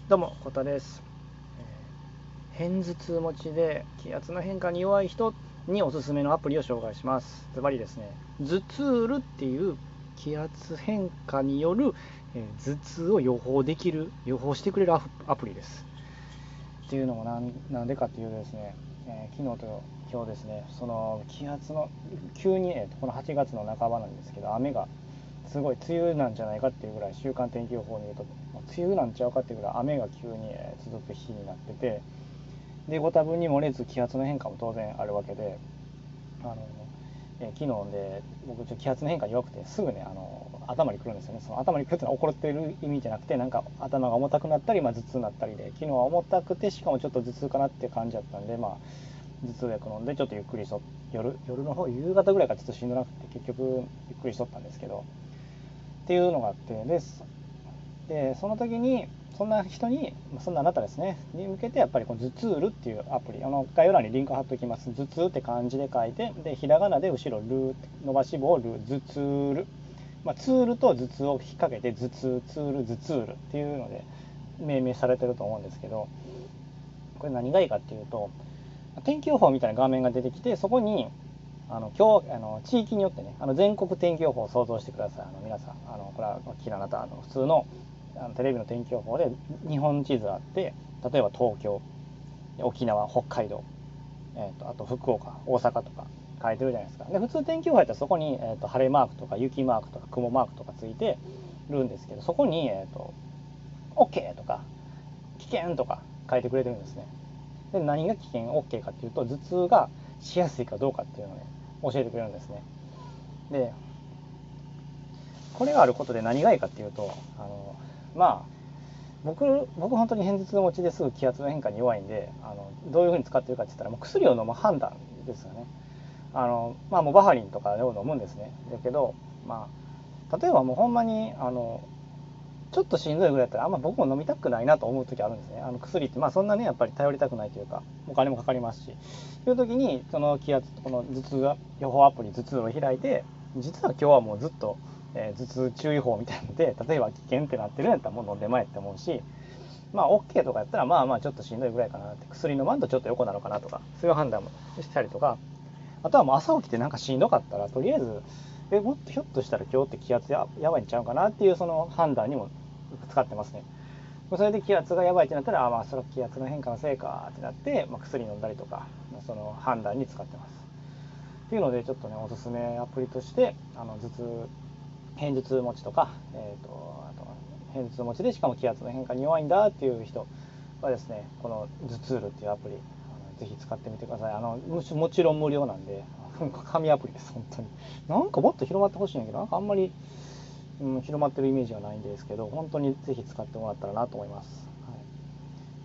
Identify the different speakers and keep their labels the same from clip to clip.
Speaker 1: どうも、コタです。片頭痛持ちで気圧の変化に弱い人におすすめのアプリを紹介します。ズバリですね、頭痛ールっていう気圧変化による頭痛を予報してくれるアプリです。っていうのもなんでかっていうとですね、昨日と今日ですね、その気圧の急に、この8月の半ばなんですけど、雨がすごい梅雨なんじゃないかっていうぐらい、週間天気予報によると梅雨なんちゃうかっていうぐらい雨が急に続く日になってて、でご多分に漏れず気圧の変化も当然あるわけで、あの昨日で僕ちょっと気圧の変化弱くてすぐね頭にくるんですよね。その頭にくるってのは怒ってる意味じゃなくて、なんか頭が重たくなったり、頭痛になったりで、昨日は重たくてしかもちょっと頭痛かなって感じだったんで、頭痛薬飲んでちょっとゆっくり夜の方、夕方ぐらいからちょっとしんどなくて結局ゆっくりしとったんですけど、っていうのがあって、でその時にそんな人に、そんなあなたですねに向けて、やっぱりこの頭痛ルっていうアプリ、概要欄にリンク貼っておきます。頭痛って漢字で書いて、でひらがなで後ろル伸ばし棒ル、頭痛ル、ツールと頭痛を引っ掛けて頭痛ツール頭痛ルっていうので命名されてると思うんですけど、これ何がいいかっていうと、天気予報みたいな画面が出てきて、そこに今日地域によってね、全国天気予報を想像してください。皆さんこれはお聞きのあなた、普通のテレビの天気予報で日本地図があって、例えば東京、沖縄、北海道、あと福岡、大阪とか書いてるじゃないですか。で普通天気予報やったらそこに、晴れマークとか雪マークとか雲マークとかついてるんですけど、そこに、OK とか危険とか書いてくれてるんですね。で何が危険 OK かっていうと、頭痛がしやすいかどうかっていうのをね教えてくれるんですね。でこれがあることで何がいいかっていうと、まあ僕本当に片頭痛持ちですぐ気圧の変化に弱いんで、どういうふうに使ってるかって言ったら、もう薬を飲む判断ですよね。もうバファリンとかを飲むんですね。だけど例えばもうほんまにちょっとしんどいぐらいだったら、あんま僕も飲みたくないなと思う時あるんですね。薬ってそんなねやっぱり頼りたくないというか、お金もかかりますし、という時にそのこの頭痛予報アプリ頭痛を開いて、実は今日はもうずっと、頭痛注意報みたいなので、例えば危険ってなってるんやったらもう飲んでまえって思うし、OK とかやったらちょっとしんどいぐらいかなって、薬飲まんとちょっと横なのかなとか、そういう判断もしたりとか、あとはもう朝起きてなんかしんどかったら、とりあえずもっとひょっとしたら今日って気圧やばいんちゃうかなっていうその判断にも使ってますね。それで気圧がやばいってなったら、それは気圧の変化のせいかってなって、薬飲んだりとか、その判断に使ってます。っていうのでちょっとねおすすめアプリとして、片頭痛持ちとか、あと片頭痛持ちでしかも気圧の変化に弱いんだっていう人はですね、この頭痛ルっていうアプリぜひ使ってみてください。もちろん無料なんで、紙アプリです本当に。なんかもっと広まってほしいんやけど、なんかあんまり、広まってるイメージはないんですけど、本当にぜひ使ってもらったらなと思います。はい、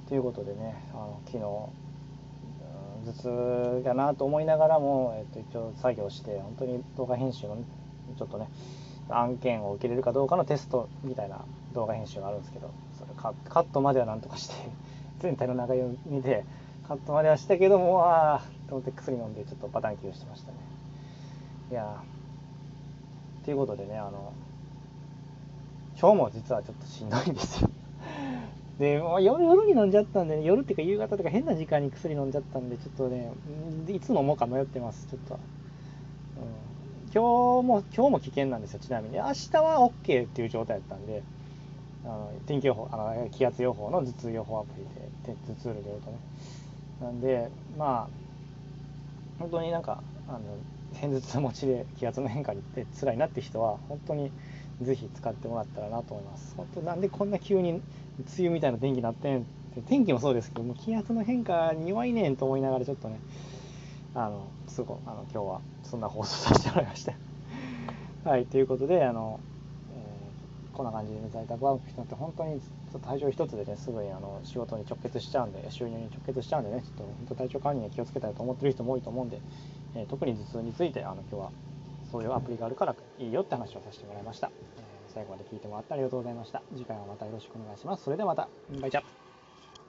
Speaker 1: ということでね、昨日頭痛やなと思いながらも、一応作業して、本当に動画編集のちょっとね案件を受けれるかどうかのテストみたいな動画編集があるんですけど、それカットまではなんとかして全体の長読みでカットまではしたけども、と思って薬飲んでちょっとバタンキューしてましたね。いやということでね、今日も実はちょっとしんどいんですよ。でもう夜に飲んじゃったんで、ね、夜っていうか夕方とか変な時間に薬飲んじゃったんで、ちょっとねいつ飲もうか迷ってます。ちょっと、今日も危険なんですよ。ちなみに明日は OK っていう状態だったんで、天気予報気圧予報の頭痛予報アプリで頭痛でやるとね、なんで本当になんか片頭痛持ちで気圧の変化にって辛いなって人は本当にぜひ使ってもらったらなと思います。本当なんでこんな急に梅雨みたいな天気になってんって、天気もそうですけども気圧の変化に弱いねんと思いながら、ちょっとねすごい今日はそんな放送させてもらいました。はいということでこんな感じで在宅ワーク人って本当にちょっと体調一つでねすぐに仕事に直結しちゃうんで、収入に直結しちゃうんでね、ちょっと本当体調管理に気をつけたいと思ってる人も多いと思うんで、特に頭痛について今日はそういうアプリがあるからいいよって話をさせてもらいました。最後まで聞いてもらってありがとうございました。次回はまたよろしくお願いします。それではまた、バイチャ。